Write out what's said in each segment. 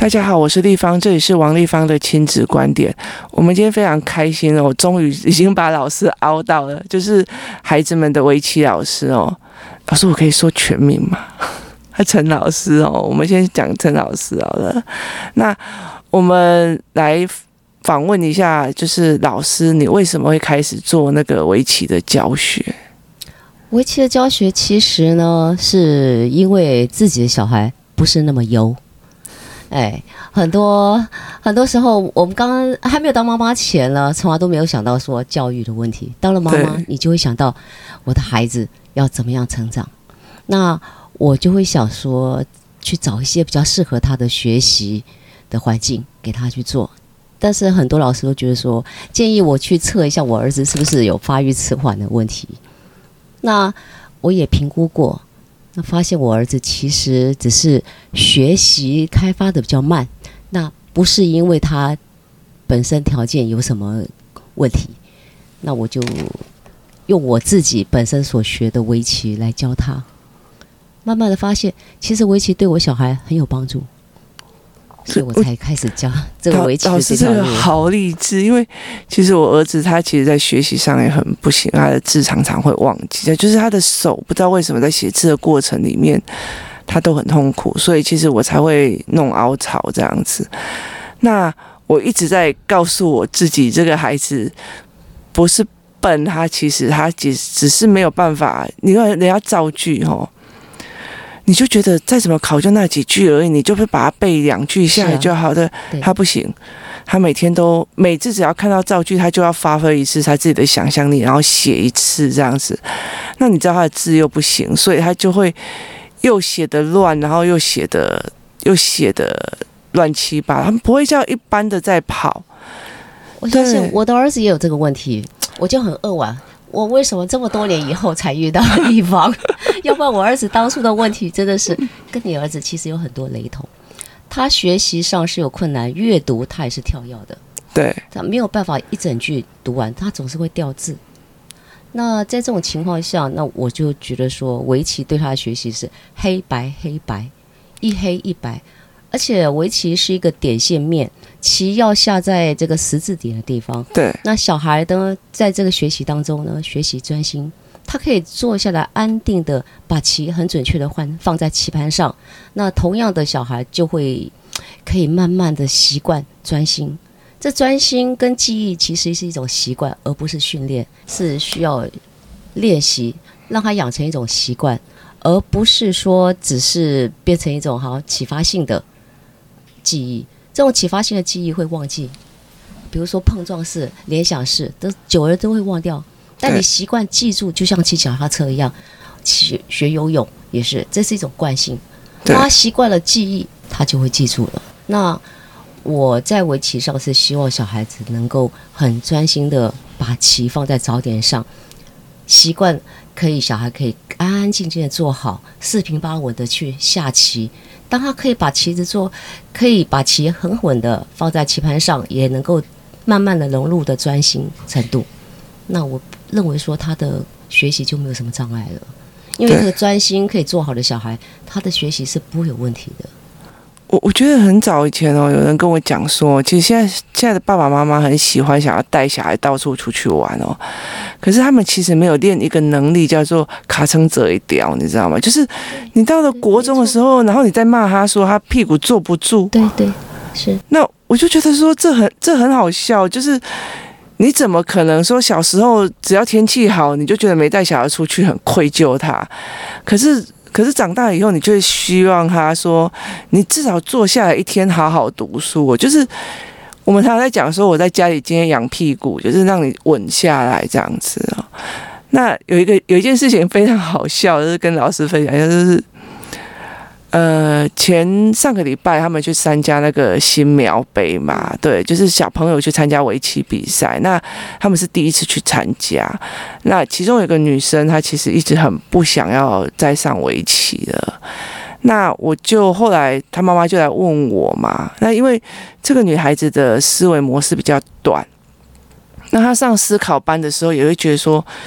大家好，我是丽芳，这里是王丽芳的亲子观点。我们今天非常开心哦，我终于已经把老师熬到了，就是孩子们的围棋老师哦。老师，我可以说全名吗？陈老师哦，我们先讲陈老师好了。那我们来访问一下，就是老师，你为什么会开始做那个围棋的教学？ 围棋的教学其实呢，是因为自己的小孩不是那么优。很多时候，我们刚刚还没有当妈妈前呢，从来都没有想到说教育的问题。当了妈妈，你就会想到我的孩子要怎么样成长。那我就会想说，去找一些比较适合他的学习的环境给他去做。但是很多老师都觉得说，建议我去测一下我儿子是不是有发育迟缓的问题。那我也评估过。那发现我儿子其实只是学习开发的比较慢，那不是因为他本身条件有什么问题，那我就用我自己本身所学的围棋来教他，慢慢的发现其实围棋对我小孩很有帮助，所以我才开始教这个围棋的这条路。 老师这个好励志，因为其实我儿子他其实在学习上也很不行，他的字常常会忘记，就是他的手不知道为什么在写字的过程里面他都很痛苦，所以其实我才会弄凹槽这样子。那我一直在告诉我自己，这个孩子不是笨，他其实只是没有办法，你看人家造句齁，你就觉得再怎么考就那几句而已，你就会把它背2句下来就好的。他不行，他每次只要看到造句，他就要发挥一次他自己的想象力，然后写一次这样子。那你知道他的字又不行，所以他就会又写得乱，然后又写得乱七八糟，他们不会像一般的在跑。 我相信我的儿子也有这个问题，我就很扼腕。我为什么这么多年以后才遇到一方？要不然我儿子当初的问题真的是跟你儿子其实有很多雷同。他学习上是有困难，阅读他也是跳跃的， 对， 他没有办法一整句读完，他总是会掉字。那在这种情况下，那我就觉得说，围棋对他的学习是黑白黑白，一黑一白，而且围棋是一个点线面，棋要下在这个十字点的地方。 对， 那小孩呢，在这个学习当中呢，学习专心，他可以坐下来安定的把棋很准确的放在棋盘上。那同样的小孩就会可以慢慢的习惯专心。这专心跟记忆其实是一种习惯，而不是训练，是需要练习，让他养成一种习惯，而不是说只是变成一种启发性的记忆。这种启发性的记忆会忘记，比如说碰撞式、联想式，都久了都会忘掉。但你习惯记住，就像骑脚踏车一样，学游泳也是，这是一种惯性。他习惯了记忆，他就会记住了。那我在围棋上是希望小孩子能够很专心的把棋放在早点上，习惯小孩可以安安静静的坐好，四平八稳的去下棋。当他可以把棋很稳的放在棋盘上，也能够慢慢的融入的专心程度，那我认为说他的学习就没有什么障碍了。因为这个专心可以做好的小孩，他的学习是不会有问题的。 我觉得很早以前有人跟我讲说，其实现在的爸爸妈妈很喜欢想要带小孩到处出去玩哦，可是他们其实没有练一个能力叫做卡撑折一雕，你知道吗？就是你到了国中的时候，然后你在骂他说他屁股坐不住， 对，是。 那我就觉得说这很好笑，就是你怎么可能说小时候只要天气好，你就觉得没带小孩出去很愧疚他，可是长大以后，你就会希望他说，你至少坐下来一天好好读书。就是我们常常在讲说，我在家里今天养屁股，就是让你稳下来这样子哦。那有一件事情非常好笑，就是跟老师分享一下，就是上个礼拜他们去参加那个新苗杯嘛，对，就是小朋友去参加围棋比赛，那他们是第一次去参加，那其中有一个女生，她其实一直很不想要再上围棋了。那我就后来她妈妈就来问我嘛，那因为这个女孩子的思维模式比较短，那她上思考班的时候也会觉得说，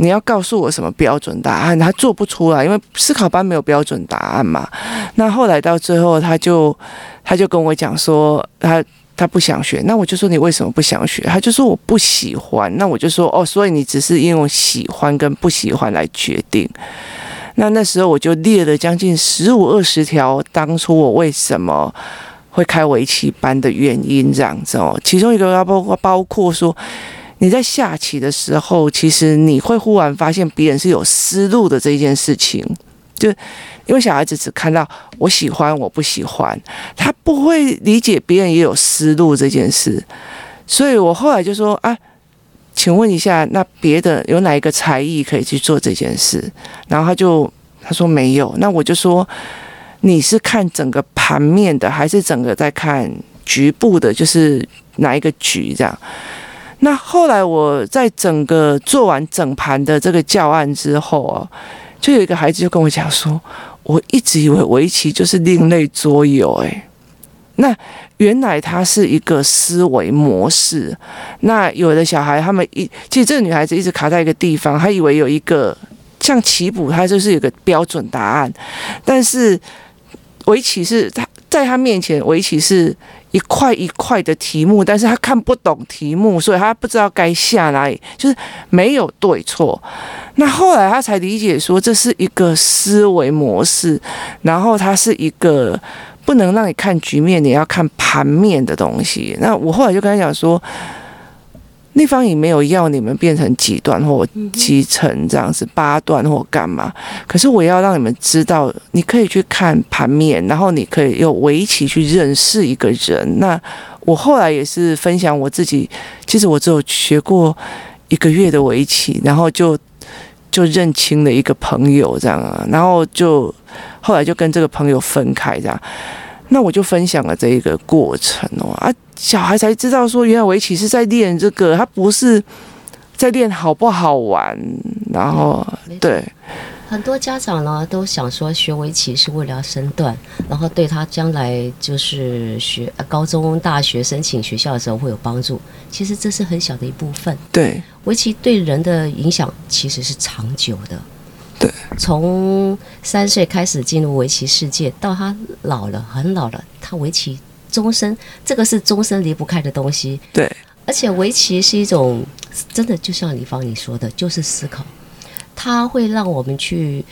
你要告诉我什么标准答案，他做不出来，因为思考班没有标准答案嘛。那后来到最后，他就跟我讲说，他不想学，那我就说你为什么不想学？他就说我不喜欢，那我就说哦，所以你只是用喜欢跟不喜欢来决定。那时候我就列了将近15-20条，当初我为什么会开围棋班的原因这样子哦。其中一个要包括说，你在下棋的时候，其实你会忽然发现别人是有思路的这一件事情，就因为小孩子只看到我喜欢我不喜欢，他不会理解别人也有思路这件事。所以我后来就说啊，请问一下，那别的有哪一个才艺可以去做这件事？然后他说没有。那我就说，你是看整个盘面的，还是整个在看局部的？就是哪一个局这样？那后来我在整个做完整盘的这个教案之后啊，就有一个孩子就跟我讲说，我一直以为围棋就是另类桌游，那原来它是一个思维模式。那有的小孩他们其实这个女孩子一直卡在一个地方，她以为有一个像棋谱，它就是有个标准答案，但是围棋是在她面前，围棋是一块一块的题目，但是她看不懂题目，所以她不知道该下哪里，就是没有对错。那后来她才理解说，这是一个思维模式，然后它是一个不能让你看局面，你要看盘面的东西。那我后来就跟他讲说，立方也没有要你们变成几段或几层这样子，8段或干嘛。可是我要让你们知道，你可以去看盘面，然后你可以用围棋去认识一个人。那我后来也是分享我自己，其实我只有学过1个月的围棋，然后就认清了一个朋友这样啊，然后后来就跟这个朋友分开这样。那我就分享了这一个过程小孩才知道说，原来围棋是在练这个，他不是在练好不好玩。然后对， 很多家长呢都想说学围棋是为了要身段，然后对他将来就是高中大学申请学校的时候会有帮助。其实这是很小的一部分。 对， 围棋对人的影响其实是长久的。 对， 从3岁开始进入围棋世界，到他老了很老了，他围棋终身，这个是终身离不开的东西。 对， 而且围棋是一种真的，就像李芳你说的，就是思考，它会让我们去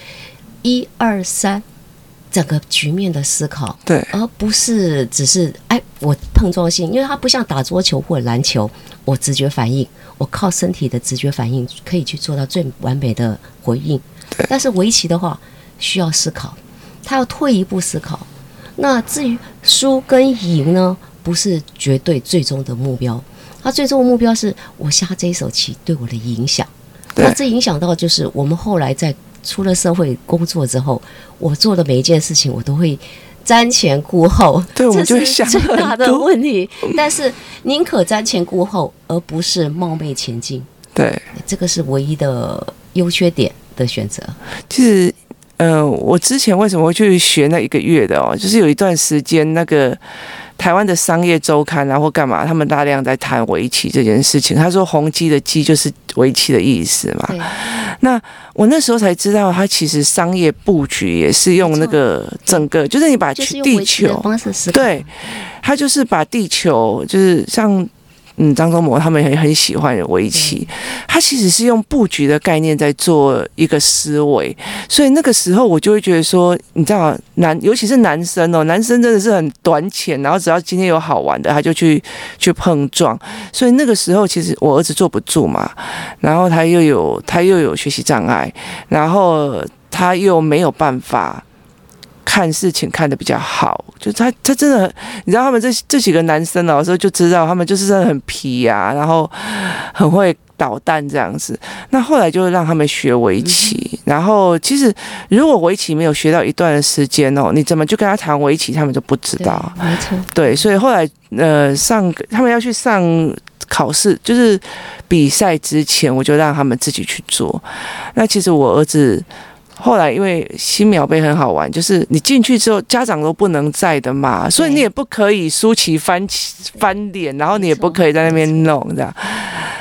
1、2、3整个局面的思考， 对， 而不是只是我碰撞性，因为它不像打桌球或篮球，我直觉反应，我靠身体的直觉反应可以去做到最完美的回应。但是围棋的话需要思考，他要退一步思考。那至于输跟赢呢，不是绝对最终的目标，他最终的目标是我下这一手棋对我的影响。那这影响到就是我们后来在出了社会工作之后，我做的每一件事情我都会瞻前顾后， 对，我们就会想这是最大的问题。但是宁可瞻前顾后，而不是冒昧前进。 对， 这个是唯一的优缺点的选择。 其实我之前为什么会去学那1个月的就是有一段时间那个台湾的商业周刊然后干嘛，他们大量在谈围棋这件事情。他说宏基的基就是围棋的意思嘛。那我那时候才知道，他其实商业布局也是用那个整个，就是你把地球，对，他就是把地球，就是像张忠谋他们也很喜欢围棋，他其实是用布局的概念在做一个思维。所以那个时候我就会觉得说，你知道尤其是男生男生真的是很短浅，然后只要今天有好玩的他就去碰撞。所以那个时候其实我儿子坐不住嘛，然后他又有学习障碍，然后他又没有办法看事情看得比较好，就他真的，你知道他们这几个男生有时候就知道他们就是真的很皮啊，然后很会捣蛋这样子。那后来就让他们学围棋，然后其实如果围棋没有学到一段的时间你怎么就跟他谈围棋，他们就不知道。 没错， 对，所以后来他们要去上考试，就是比赛之前，我就让他们自己去做。那其实我儿子后来因为新苗杯很好玩，就是你进去之后家长都不能在的嘛，所以你也不可以舒淇翻脸，然后你也不可以在那边弄这样。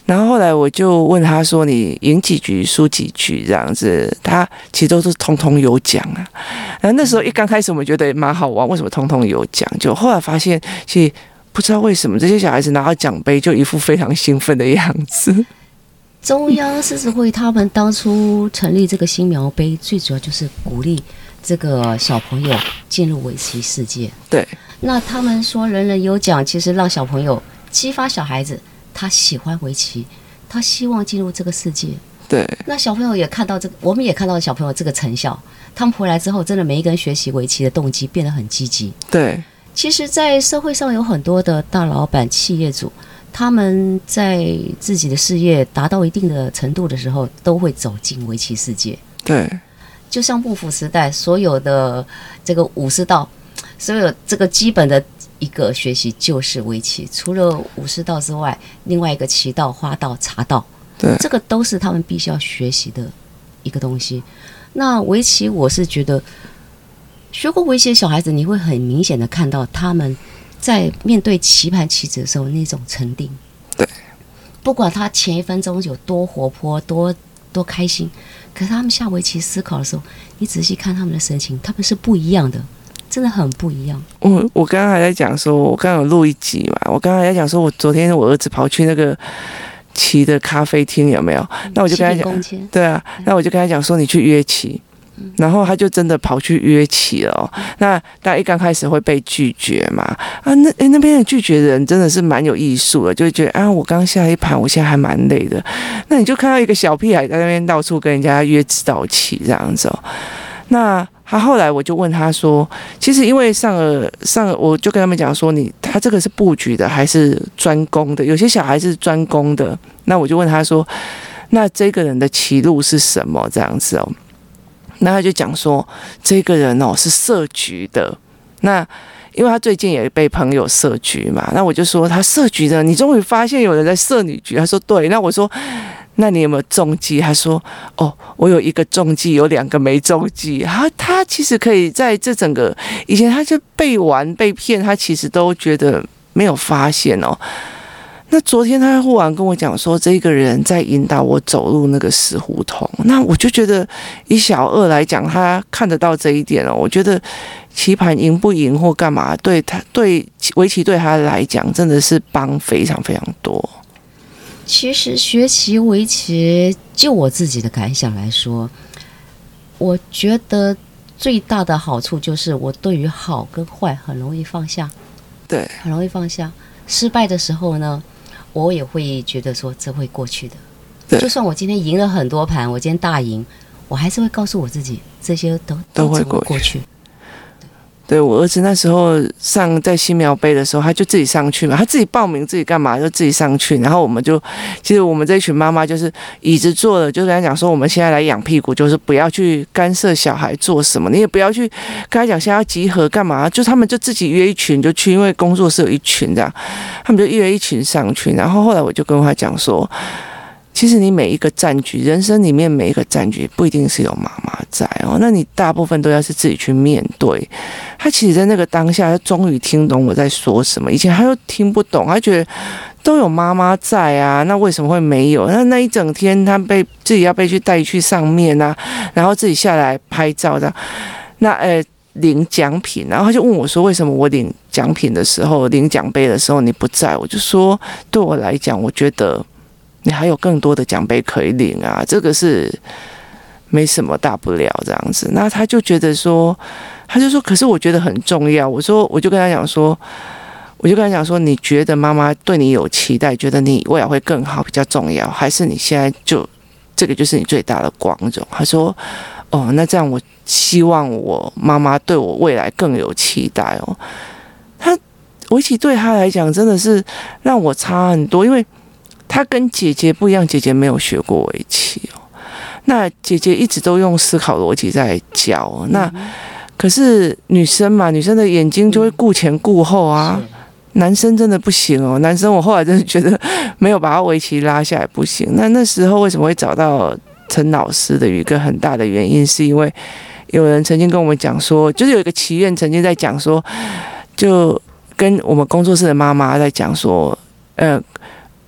然后后来我就问他说：“你赢几局输几局这样子？”他其实都是通通有奖啊。然后那时候一刚开始我们觉得蛮好玩，为什么通通有奖？就后来发现，其实不知道为什么这些小孩子拿到奖杯就一副非常兴奋的样子。 中央狮子会他们当初成立这个新苗杯，最主要就是鼓励这个小朋友进入围棋世界。 对， 那他们说人人有奖，其实让小朋友激发小孩子。他喜欢围棋，他希望进入这个世界。 对， 那小朋友也看到这个，我们也看到小朋友这个成效。他们回来之后，真的每一个人学习围棋的动机变得很积极。 对， 其实，在社会上有很多的大老板、企业主，他们在自己的事业达到一定的程度的时候，都会走进围棋世界。 对， 就像幕府时代，所有的这个武士道，所有这个基本的。一个学习就是围棋，除了武士道之外，另外一个棋道、花道、茶道，这个都是他们必须要学习的一个东西。那围棋，我是觉得学过围棋的小孩子，你会很明显的看到他们在面对棋盘棋子的时候那种沉定。 对， 不管他前一分钟有多活泼、多开心，可是他们下围棋思考的时候，你仔细看他们的神情，他们是不一样的。真的很不一样。 我刚刚还在讲说，我刚刚有录一集嘛，我刚刚还在讲说，我昨天我儿子跑去那个棋的咖啡厅有没有？那我就跟他讲，对啊，那我就跟他讲说，你去约棋。然后他就真的跑去约棋了哦。那大家一刚开始会被拒绝嘛？啊，那边的拒绝的人真的是蛮有艺术的，就会觉得啊，我刚下一盘，我现在还蛮累的。那你就看到一个小屁孩在那边到处跟人家约指导棋这样子哦。那他后来我就问他说，其实因为上了，我就跟他们讲说，他这个是布局的还是专攻的？有些小孩是专攻的，那我就问他说，那这个人的棋路是什么？这样子哦，那他就讲说，这个人哦是设局的。那因为他最近也被朋友设局嘛，那我就说他设局的，你终于发现有人在设女局。他说对，那我说。那你有没有中计？他说：“哦，我有一个中计，有2个没中计。他其实可以在这整个以前他就被玩被骗，他其实都觉得没有发现哦。那昨天他忽然跟我讲说，这个人在引导我走入那个死胡同。那我就觉得以小二来讲，他看得到这一点哦。我觉得棋盘赢不赢或干嘛，对围棋对他来讲真的是帮非常非常多。” 其实学习围棋，就我自己的感想来说，我觉得最大的好处就是我对于好跟坏很容易放下， 对， 很容易放下。失败的时候呢，我也会觉得说这会过去的。就算我今天赢了很多盘，我今天大赢，我还是会告诉我自己，这些都会过去。 对，我儿子那时候在新苗杯的时候，他就自己上去嘛，他自己报名自己干嘛就自己上去，然后其实我们这群妈妈就是椅子坐了，就跟他讲说，我们现在来养屁股，就是不要去干涉小孩做什么，你也不要去跟他讲现在要集合干嘛，就他们就自己约一群就去，因为工作室有一群这样，他们就约一群上去，然后后来我就跟他讲说。其实你每一个战局，人生里面每一个战局不一定是有妈妈在哦，那你大部分都要是自己去面对。他其实在那个当下，他终于听懂我在说什么。以前他又听不懂，他觉得都有妈妈在啊，那为什么会没有？那一整天他自己要被带去上面啊，然后自己下来拍照的，那领奖品，然后他就问我说，为什么我领奖品的时候，领奖杯的时候你不在？我就说，对我来讲，我觉得。你还有更多的奖杯可以领啊，这个是没什么大不了这样子。那他就觉得说，可是我觉得很重要。我就跟他讲说，你觉得妈妈对你有期待，觉得你未来会更好比较重要，还是你现在就这个就是你最大的光荣？他说，哦，那这样我希望我妈妈对我未来更有期待哦。围棋对他来讲真的是让我差很多，因为。他跟姐姐不一样，姐姐没有学过围棋哦。那姐姐一直都用思考逻辑在教。那可是女生嘛，女生的眼睛就会顾前顾后啊。男生真的不行哦。男生我后来真的觉得没有把他围棋拉下来不行。那时候为什么会找到陈老师的一个很大的原因，是因为有人曾经跟我们讲说，就是有一个棋院曾经在讲说，就跟我们工作室的妈妈在讲说，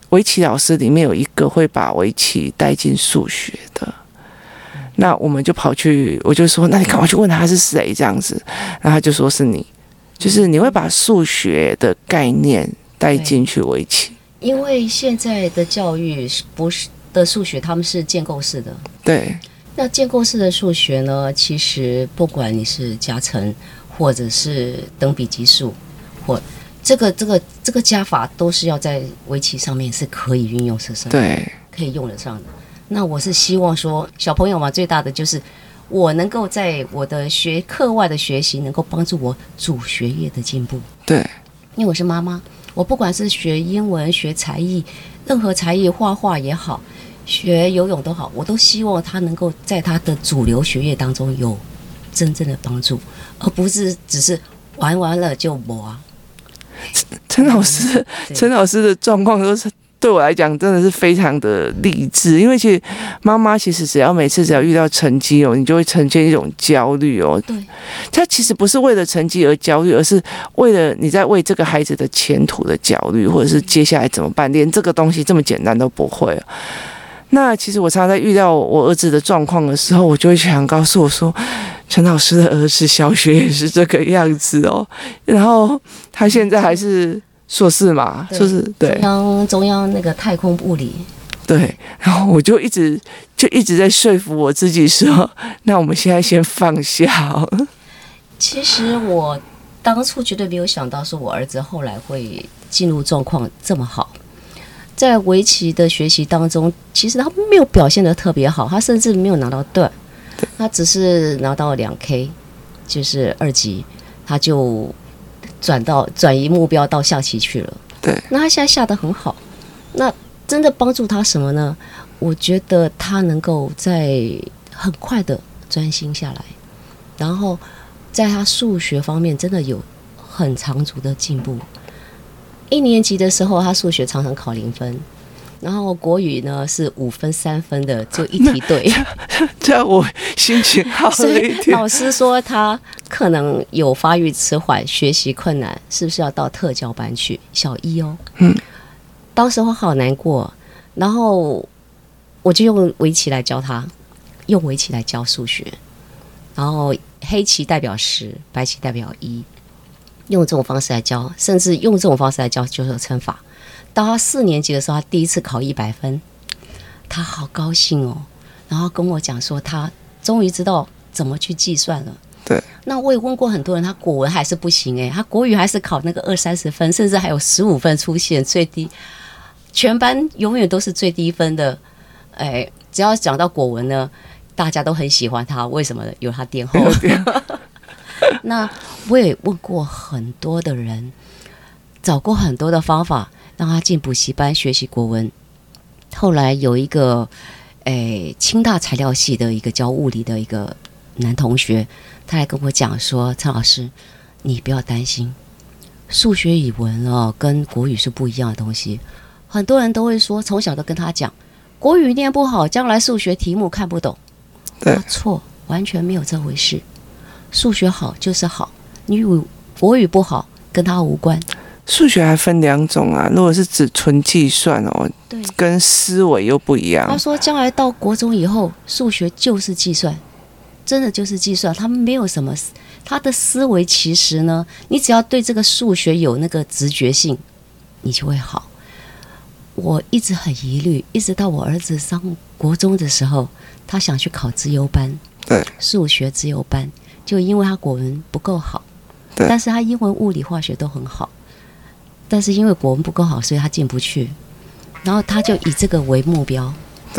围棋老师里面有一个会把围棋带进数学的，那我们就跑去，我就说，那你赶快去问他是谁这样子，然后他就说是你，就是你会把数学的概念带进去围棋。 因为现在的教育不是的数学，他们是建构式的。 对。 那建构式的数学呢，其实不管你是加乘，或者是等比级数，或这个加法，都是要在围棋上面是可以运用上， 对， 可以用得上的。那我是希望说，小朋友嘛，最大的就是我能够在我的课外的学习，能够帮助我主学业的进步。 对， 因为我是妈妈，我不管是学英文、学才艺，任何才艺，画画也好，学游泳都好，我都希望他能够在他的主流学业当中有真正的帮助，而不是只是玩完了就没啊。 陈老师的状况都是对我来讲真的是非常的励志，因为其实妈妈其实只要遇到成绩你就会呈现一种焦虑对， 他其实不是为了成绩而焦虑，而是为了你在为这个孩子的前途的焦虑，或者是接下来怎么办，连这个东西这么简单都不会。那其实我常常在遇到我儿子的状况的时候，我就会想告诉我说，陈老师的儿子小学也是这个样子然后他现在还是硕士嘛，就是对中央那个太空物理。 对，然后我就一直在说服我自己说，那我们现在先放下其实我当初绝对没有想到说我儿子后来会进入状况这么好。在围棋的学习当中，其实他没有表现得特别好，他甚至没有拿到段，他只是拿到2K， 就是2级，他就转移目标到下棋去了。 对， 那他现在下得很好，那真的帮助他什么呢？我觉得他能够在很快的专心下来，然后在他数学方面真的有很长足的进步。1年级的时候，他数学常常考0分，然后国语呢是5分3分的，就一题对。 这样我心情好了一点。 老师说他可能有发育迟缓，学习困难，是不是要到特教班去？小1当时我好难过，然后我就用围棋来教他，用围棋来教数学，然后黑棋代表10，白棋代表1。用这种方式来教，甚至用这种方式来教九九乘法。到他4年级的时候，他第一次考100分，他好高兴然后跟我讲说，他终于知道怎么去计算了。 对。 那我也问过很多人，他国文还是不行他国语还是考那个20-30分，甚至还有15分出现最低，全班永远都是最低分的。只要讲到国文呢，大家都很喜欢他，为什么？有他垫后。那我也问过很多的人，找过很多的方法让他进补习班学习国文。后来有一个清大材料系的一个教物理的一个男同学，他还跟我讲说，陈老师你不要担心，数学语文跟国语是不一样的东西。很多人都会说，从小都跟他讲，国语念不好，将来数学题目看不懂。他错，完全没有这回事。数学好就是好，你国语不好跟它无关。 数学还分2种啊，如果是指纯计算对， 跟思维又不一样。 他说将来到国中以后，数学就是计算，真的就是计算，他们没有什么，他的思维其实呢，你只要对这个数学有那个直觉性，你就会好。我一直很疑虑，一直到我儿子上国中的时候，他想去考资优班， 对， 数学资优班。就因为他国文不够好，但是他英文、物理、化学都很好，但是因为国文不够好，所以他进不去。然后他就以这个为目标，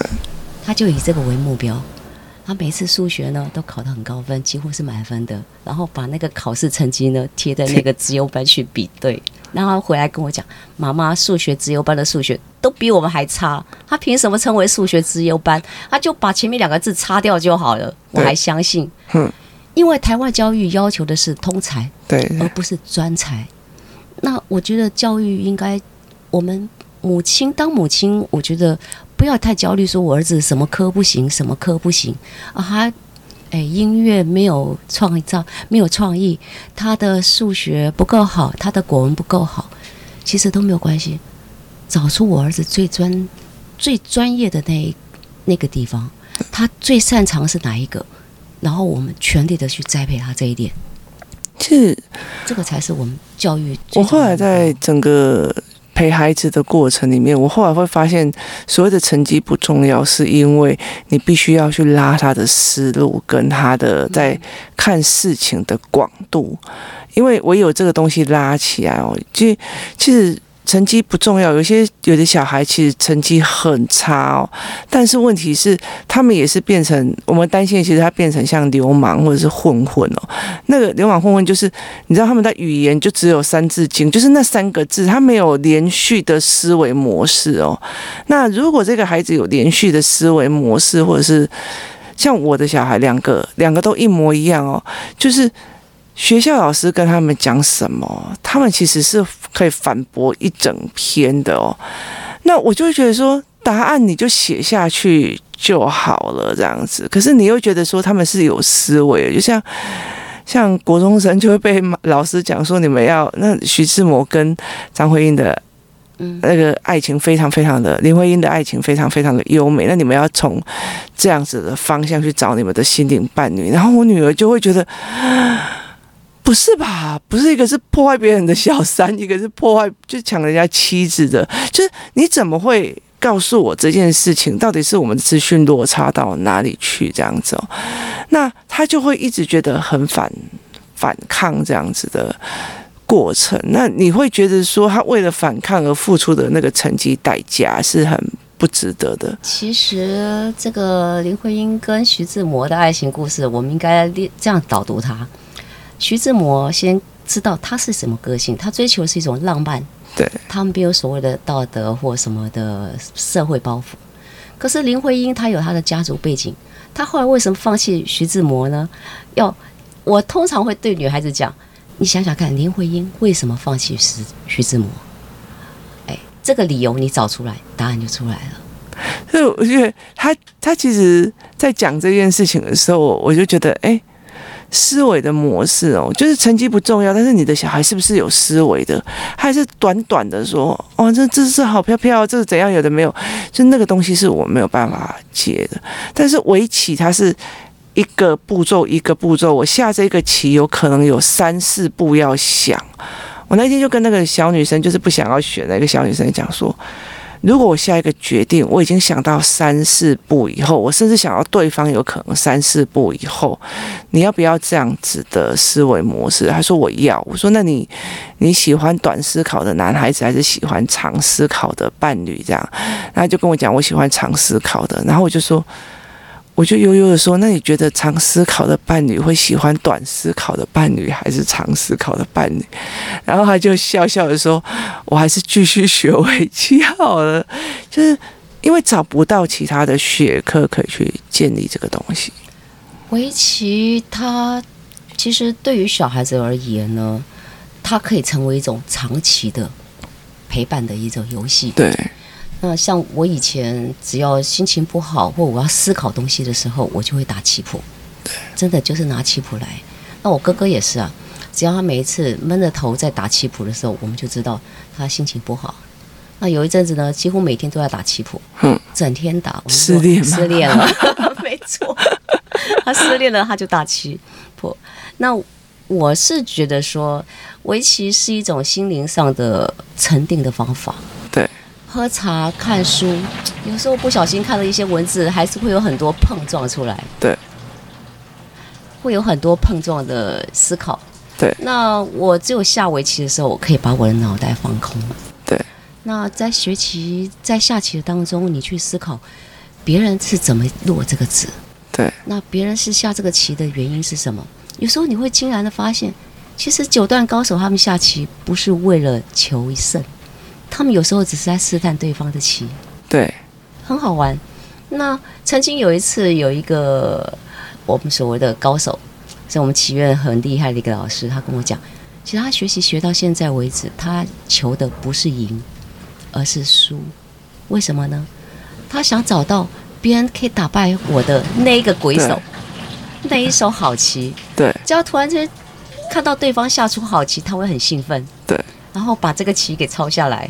他每次数学呢都考得很高分，几乎是满分的，然后把那个考试成绩呢贴在那个资优班去比对，然后回来跟我讲，妈妈，数学资优班的数学都比我们还差，他凭什么称为数学资优班？他就把前面2个字擦掉就好了，我还相信。因为台湾教育要求的是通才， 对， 而不是专才。那我觉得教育应该，我们当母亲，我觉得不要太焦虑，说我儿子什么科不行，什么科不行啊，他音乐没有创造，没有创意，他的数学不够好，他的国文不够好，其实都没有关系。 找出我儿子最专业的那个地方，他最擅长是哪一个，然后我们全力的去栽培他这一点。 是这个才是我们教育。 我后来在整个陪孩子的过程里面，我后来会发现，所谓的成绩不重要，是因为你必须要去拉他的思路跟他的在看事情的广度，因为唯有这个东西拉起来哦，其实。成绩不重要，有的小孩其实成绩很差哦，但是问题是他们也是变成我们担心的，其实他变成像流氓或者是混混哦。那个流氓混混就是你知道他们的语言就只有三字经，就是那3个字，他没有连续的思维模式哦。那如果这个孩子有连续的思维模式，或者是像我的小孩两个都一模一样哦，就是学校老师跟他们讲什么，他们其实是可以反驳一整篇的哦。那我就会觉得说，答案你就写下去就好了，这样子。可是你又觉得说他们是有思维的，就像国中生就会被老师讲说，你们要那徐志摩跟张惠英的那个爱情非常非常的，林徽因的爱情非常非常的优美，那你们要从这样子的方向去找你们的心灵伴侣。然后我女儿就会觉得。不是吧？不是，一个是破坏别人的小三，一个是破坏就抢人家妻子的，就是你怎么会告诉我这件事情？到底是我们资讯落差到哪里去这样子哦？那他就会一直觉得很反抗这样子的过程。那你会觉得说，他为了反抗而付出的那个成绩代价是很不值得的。 其实这个林徽因跟徐志摩的爱情故事，我们应该这样导读它。徐志摩先知道他是什么个性，他追求的是一种浪漫， 对， 他们没有所谓的道德或什么的社会包袱。可是林徽因她有她的家族背景，她后来为什么放弃徐志摩呢？我通常会对女孩子讲，你想想看，林徽因为什么放弃徐志摩？这个理由你找出来，答案就出来了。 所以我觉得他其实在讲这件事情的时候，我就觉得思维的模式哦，就是成绩不重要，但是你的小孩是不是有思维的，还是短短的说哦，这是好飘飘，这是怎样，有的没有，就那个东西是我没有办法解的。但是围棋它是一个步骤一个步骤，我下这个棋有可能有3、4步要想。我那天就跟那个小女生，就是不想要选那个小女生讲说，如果我下一个决定，我已经想到3、4步以后，我甚至想到对方有可能3、4步以后，你要不要这样子的思维模式？他说我要。我说那你喜欢短思考的男孩子，还是喜欢长思考的伴侣？这样，然后就跟我讲我喜欢长思考的，然后我就悠悠的说，那你觉得长思考的伴侣会喜欢短思考的伴侣，还是长思考的伴侣？然后他就笑笑的说，我还是继续学围棋好了，就是因为找不到其他的学科可以去建立这个东西。 围棋它其实对于小孩子而言呢，它可以成为一种长期的陪伴的一种游戏。 对。 那像我以前只要心情不好或我要思考东西的时候，我就会打棋谱，真的就是拿棋谱来。那我哥哥也是啊，只要他每一次闷着头在打棋谱的时候，我们就知道他心情不好。那有一阵子呢，几乎每天都在打棋谱，整天打。 失恋了，没错，他失恋了，他就打棋谱。那我是觉得说，围棋是一种心灵上的沉淀的方法。 对。 喝茶看书，有时候不小心看了一些文字，还是会有很多碰撞出来。 对， 会有很多碰撞的思考。 对， 那我只有下围棋的时候，我可以把我的脑袋放空。 对， 那在学棋、在下棋的当中，你去思考别人是怎么落这个子。 对， 那别人是下这个棋的原因是什么？有时候你会惊然的发现，其实9段高手他们下棋不是为了求一胜。他们有时候只是在试探对方的棋， 对， 很好玩。那曾经有一次，有一个我们所谓的高手，是我们棋院很厉害的一个老师，他跟我讲，其实他学习学到现在为止，他求的不是赢，而是输。为什么呢？他想找到别人可以打败我的那一个鬼手，那一手好棋。 对， 只要突然间看到对方下出好棋，他会很兴奋。 对。 然后把这个棋给抄下来，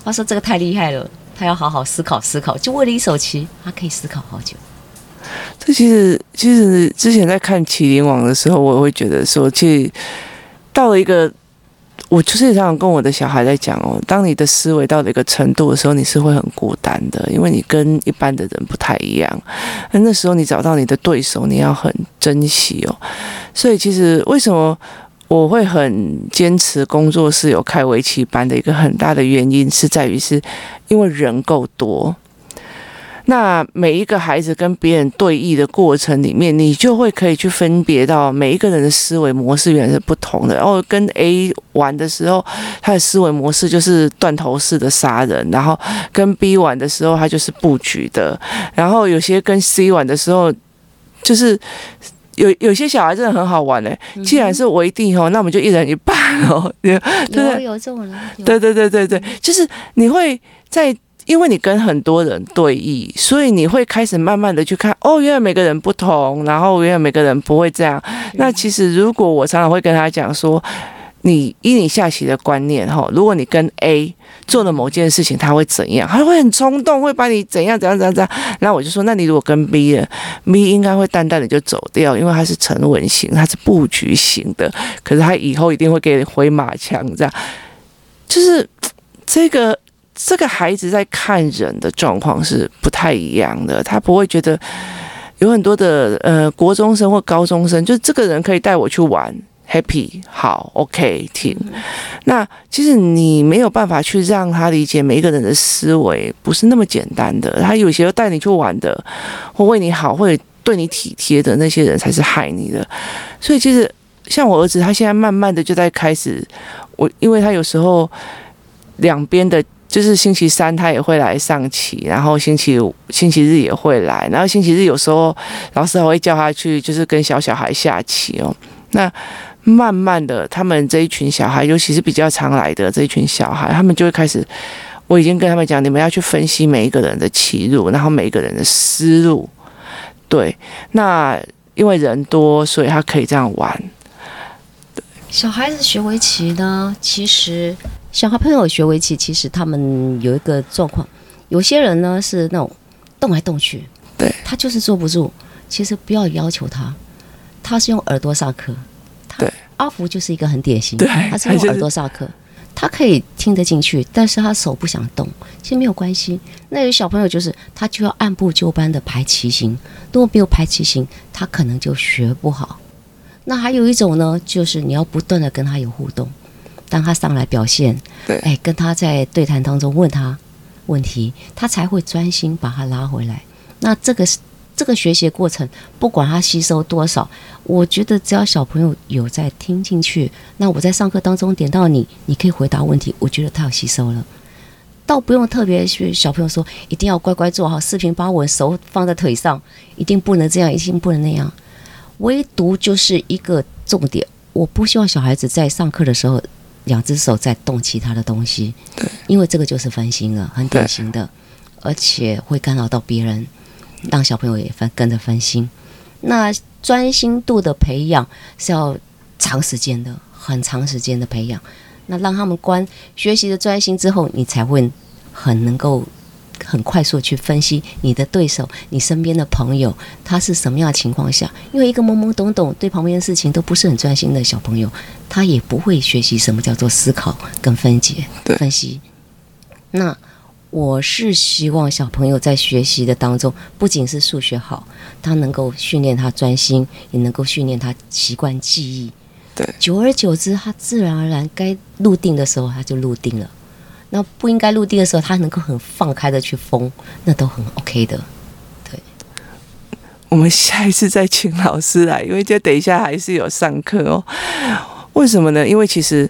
他说这个太厉害了，他要好好思考思考，就为了一手棋，他可以思考好久。 这其实之前在看麒麟王的时候，我会觉得说，其实到了一个，我就是常常跟我的小孩在讲哦，当你的思维到了一个程度的时候，你是会很孤单的，因为你跟一般的人不太一样。那时候你找到你的对手，你要很珍惜哦。所以其实为什么我会很坚持工作室有开围棋班的一个很大的原因，是在于是因为人够多。那每一个孩子跟别人对弈的过程里面，你就会可以去分别到每一个人的思维模式原来是不同的。然后跟 A 玩的时候，他的思维模式就是断头式的杀人；然后跟 B 玩的时候，他就是布局的；然后有些跟 C 玩的时候，就是有些小孩真的很好玩既然是围地那我们就一人一半对有这种人， 对，就是你会在。因为你跟很多人对弈，所以你会开始慢慢的去看，原来每个人不同，然后原来每个人不会这样。那其实如果我常常会跟他讲说，你下棋的观念如果你跟 A 做了某件事情，他会怎样？他会很冲动，会把你怎样。那我就说，那你如果跟 B 了 ，B 应该会淡淡的就走掉，因为他是沉稳型，他是布局型的。可是他以后一定会给你回马枪，这样就是这个孩子在看人的状况是不太一样的，他不会觉得有很多的国中生或高中生，就这个人可以带我去玩 ，happy 好 OK 听。那其实你没有办法去让他理解每一个人的思维不是那么简单的，他有些带你去玩的，或为你好，或者对你体贴的那些人才是害你的。所以其实像我儿子，他现在慢慢的就在开始，因为他有时候两边的。就是星期三他也会来上棋，然后星期日也会来，然后星期日有时候老师还会叫他去，就是跟小孩下棋哦。那慢慢的，他们这一群小孩，尤其是比较常来的这一群小孩，他们就会开始，我已经跟他们讲，你们要去分析每一个人的棋路，然后每一个人的思路。对，那因为人多，所以他可以这样玩。 小孩子学围棋呢，其实小孩朋友学围棋，其实他们有一个状况，有些人呢是那种动来动去， 对， 他就是坐不住。其实不要要求他，他是用耳朵上课。 对， 阿福就是一个很典型， 对， 他是用耳朵上课，他可以听得进去，但是他手不想动，其实没有关系。那有小朋友就是他就要按部就班的排棋形，如果没有排棋形，他可能就学不好。那还有一种呢，就是你要不断的跟他有互动，当他上来表现， 对， 跟他在对谈当中问他问题，他才会专心把他拉回来。那这个学习的过程，不管他吸收多少，我觉得只要小朋友有在听进去，那我在上课当中点到你可以回答问题，我觉得他有吸收了，倒不用特别去小朋友说一定要乖乖坐好，四平八稳，手放在腿上，一定不能这样，一定不能那样。唯独就是一个重点，我不希望小孩子在上课的时候两只手在动其他的东西， 对， 因为这个就是分心了，很典型的，而且会干扰到别人，让小朋友也跟着分心。那专心度的培养是要长时间的，很长时间的培养。那让他们学习的专心之后，你才会很能够很快速去分析你的对手，你身边的朋友他是什么样的情况下。因为一个懵懵懂懂对旁边的事情都不是很专心的小朋友，他也不会学习什么叫做思考跟分析。那我是希望小朋友在学习的当中，不仅是数学好，他能够训练他专心，也能够训练他习惯记忆。 对， 久而久之，他自然而然该入定的时候他就入定了，那不应该入定的时候，他能够很放开的去疯，那都很 OK 的。对， 我们下一次再请老师来，因为就等一下还是有上课哦。为什么呢？因为其实，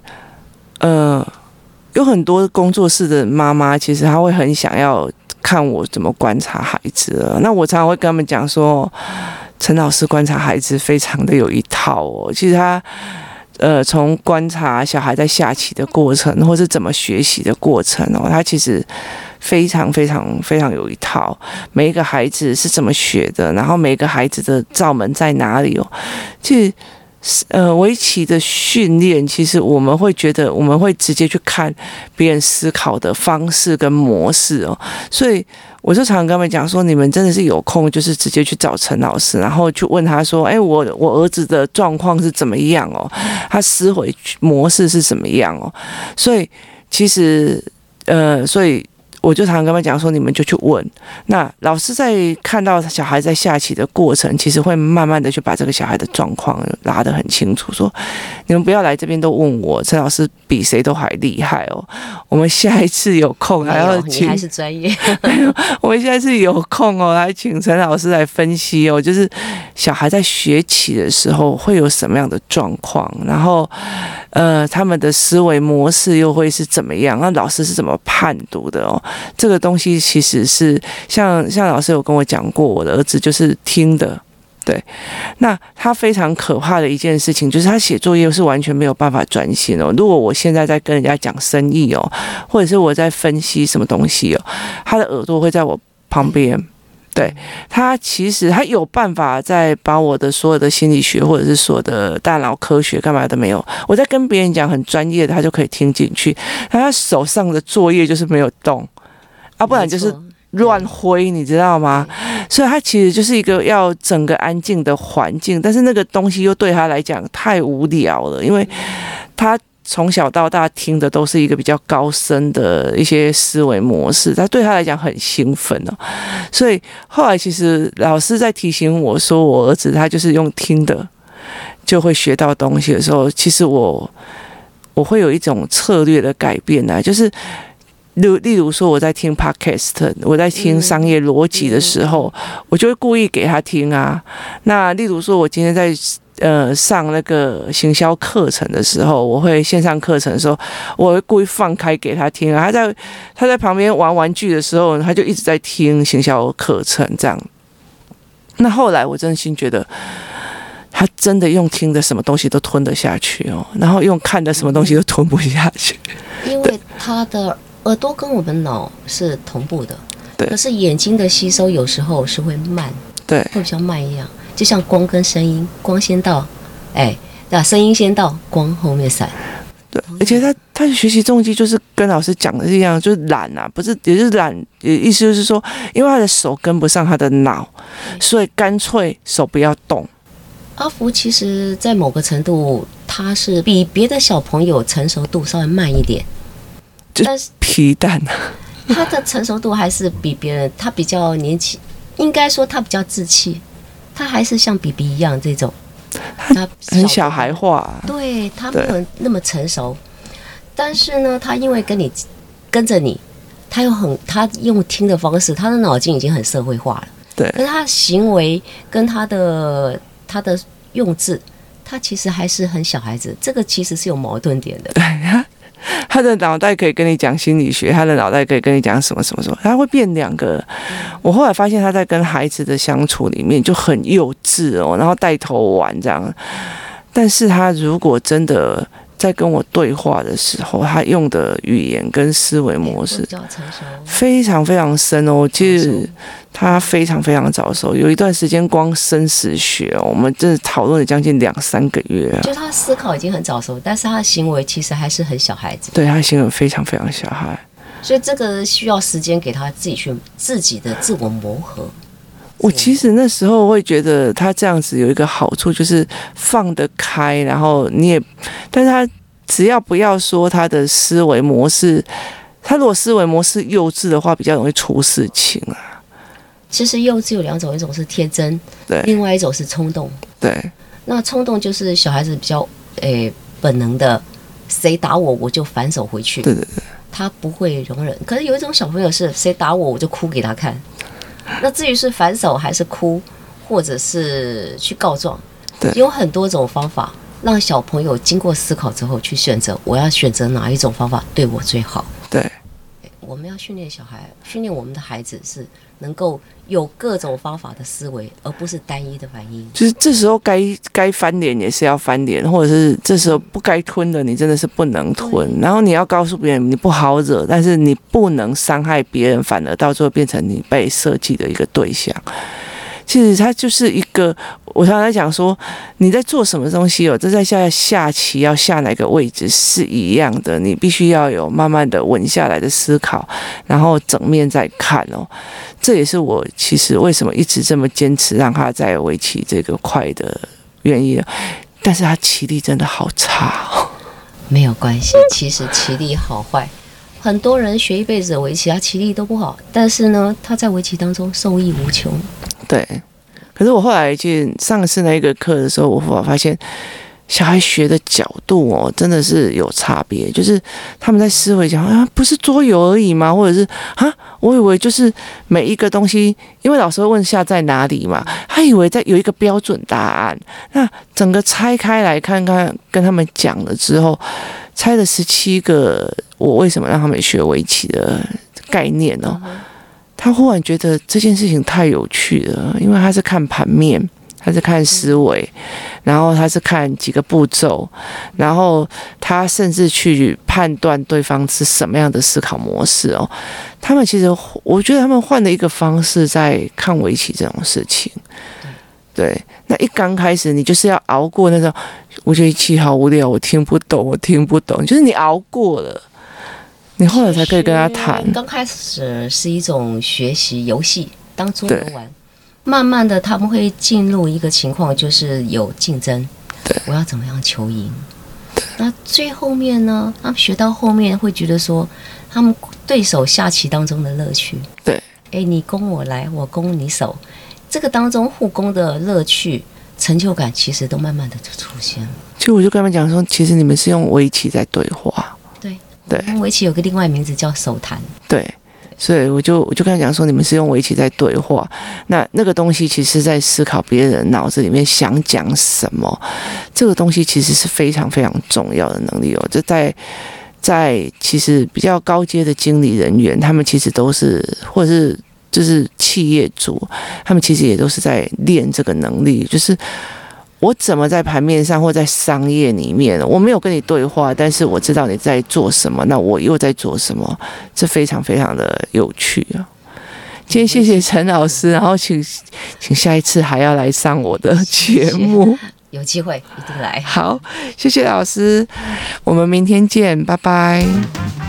有很多工作室的妈妈，其实她会很想要看我怎么观察孩子了。那我常常会跟他们讲说，陈老师观察孩子非常的有一套哦。其实他从观察小孩在下棋的过程，或是怎么学习的过程哦，他其实非常非常非常有一套。每一个孩子是怎么学的，然后每一个孩子的罩门在哪里哦。其实围棋的训练，其实我们会觉得我们会直接去看别人思考的方式跟模式哦，所以我就常常跟他们讲说，你们真的是有空就是直接去找陈老师，然后去问他说，我儿子的状况是怎么样哦，他思维模式是怎么样哦，所以其实所以我就常常跟他们讲说，你们就去问。那老师在看到小孩在下棋的过程，其实会慢慢的去把这个小孩的状况拉得很清楚，说你们不要来这边都问我，陈老师比谁都还厉害哦。我们下一次有空还要请， 你还是专业。 我们下一次有空哦，来请陈老师来分析哦，就是小孩在学棋的时候会有什么样的状况，然后他们的思维模式又会是怎么样？那老师是怎么判读的哦？这个东西其实是像老师有跟我讲过，我的儿子就是听的，对。那他非常可怕的一件事情就是他写作业是完全没有办法专心哦。如果我现在在跟人家讲生意哦，或者是我在分析什么东西哦，他的耳朵会在我旁边。对，他其实他有办法在把我的所有的心理学或者是所有的大脑科学干嘛都没有，我在跟别人讲很专业的，他就可以听进去。他手上的作业就是没有动啊，不然就是乱挥，你知道吗？所以他其实就是一个要整个安静的环境，但是那个东西又对他来讲太无聊了，因为他从小到大听的都是一个比较高深的一些思维模式，他对他来讲很兴奋哦。所以后来其实老师在提醒我说，我儿子他就是用听的就会学到东西的时候，其实我会有一种策略的改变啊，就是例如说我在听 podcast， 我在听商业逻辑的时候，我就会故意给他听啊。那例如说我今天在上那个行销课程的时候，我会线上课程的时候，我会故意放开给他听啊。他在旁边玩玩具的时候，他就一直在听行销课程这样。那后来我真心觉得，他真的用听的什么东西都吞得下去哦，然后用看的什么东西都吞不下去， 因为他的耳朵跟我们脑是同步的， 对。 可是眼睛的吸收有时候是会慢， 对， 会比较慢一样。就像光跟声音，光先到，声音先到，光后面闪。 对，而且他的学习动机就是跟老师讲的一样，就是懒啊，不是，也就是懒，意思就是说，因为他的手跟不上他的脑，所以干脆手不要动。 阿福其实在某个程度，他是比别的小朋友成熟度稍微慢一点，但是皮蛋啊， 他的成熟度还是比别人，他比较年轻，应该说他比较稚气。他还是像 BB 一样这种，他很小孩化啊， 对，他没有那么成熟。但是呢，他因为跟着你，他用听的方式，他的脑筋已经很社会化了。 对， 可是他的行为跟他的用字，他其实还是很小孩子。这个其实是有矛盾点的。 对，他的脑袋可以跟你讲心理学，他的脑袋可以跟你讲什么什么什么，他会变两个。我后来发现他在跟孩子的相处里面就很幼稚哦，然后带头玩这样。但是他如果真的在跟我对话的时候，他用的语言跟思维模式非常非常深哦。其实他非常非常早熟，有一段时间光生死学哦，我们真的讨论了将近2-3个月啊。 就他思考已经很早熟，但是他的行为其实还是很小孩子。 对，他的行为非常非常小孩， 所以这个需要时间给他自己的自我磨合。 我其实那时候会觉得他这样子有一个好处，就是放得开，然后但是他只要不要说他的思维模式，他如果思维模式幼稚的话，比较容易出事情啊。 其实幼稚有2种，一种是天真， 对， 另外一种是冲动。 对， 那冲动就是小孩子比较本能的，谁打我我就反手回去。 对对对， 他不会容忍。可是有一种小朋友是谁打我我就哭给他看。那至于是反手还是哭，或者是去告状，有很多种方法，让小朋友经过思考之后去选择，我要选择哪一种方法对我最好。 对， 我们要训练训练我们的孩子是能够有各种方法的思维，而不是单一的反应。 就是这时候该翻脸也是要翻脸，或者是这时候不该吞的你真的是不能吞。然后你要告诉别人你不好惹，但是你不能伤害别人，反而到最后变成你被设计的一个对象。 其实它就是一个，我常常在讲说，你在做什么东西哦，这在下棋要下哪个位置是一样的，你必须要有慢慢的稳下来的思考，然后整面再看哦。这也是我其实为什么一直这么坚持让他在围棋这个块的原因，但是他棋力真的好差哦。 没有关系，其实棋力好坏，很多人学一辈子的围棋，他棋力都不好，但是呢，他在围棋当中受益无穷。 对，可是我后来去上次那个课的时候，我发现小孩学的角度哦，真的是有差别。就是他们在思维讲啊，不是桌游而已吗？或者是啊，我以为就是每一个东西，因为老师会问下在哪里嘛，他以为在有一个标准答案。那整个拆开来看看，跟他们讲了之后，拆了17个我为什么让他们学围棋的概念哦。他忽然觉得这件事情太有趣了，因为他是看盘面。他是看思维，然后他是看几个步骤，然后他甚至去判断对方是什么样的思考模式哦。他们其实，我觉得他们换了一个方式在看围棋这种事情。对，那一刚开始你就是要熬过那种，我觉得棋好无聊，我听不懂，就是你熬过了，你后来才可以跟他谈。 刚开始是一种学习游戏，当桌游玩。慢慢的，他们会进入一个情况，就是有竞争。 对， 我要怎么样求赢？那最后面呢？他们学到后面会觉得说，他们对手下棋当中的乐趣。 对， 哎，你攻我来，我攻你守，这个当中互攻的乐趣、成就感，其实都慢慢的就出现了。 其实我就跟他们讲说，其实你们是用围棋在对话。 对，围棋有个另外名字叫手谈。 对。所以我就跟他讲说，你们是用围棋在对话，那个东西其实在思考别人脑子里面想讲什么，这个东西其实是非常非常重要的能力哦。这在其实比较高阶的经理人员，他们其实都是，或者是就是企业主，他们其实也都是在练这个能力，就是我怎么在盘面上或在商业里面，我没有跟你对话，但是我知道你在做什么，那我又在做什么，这非常非常的有趣啊！今天谢谢陈老师，然后请下一次还要来上我的节目， 有机会一定来。 好，谢谢老师，我们明天见，拜拜。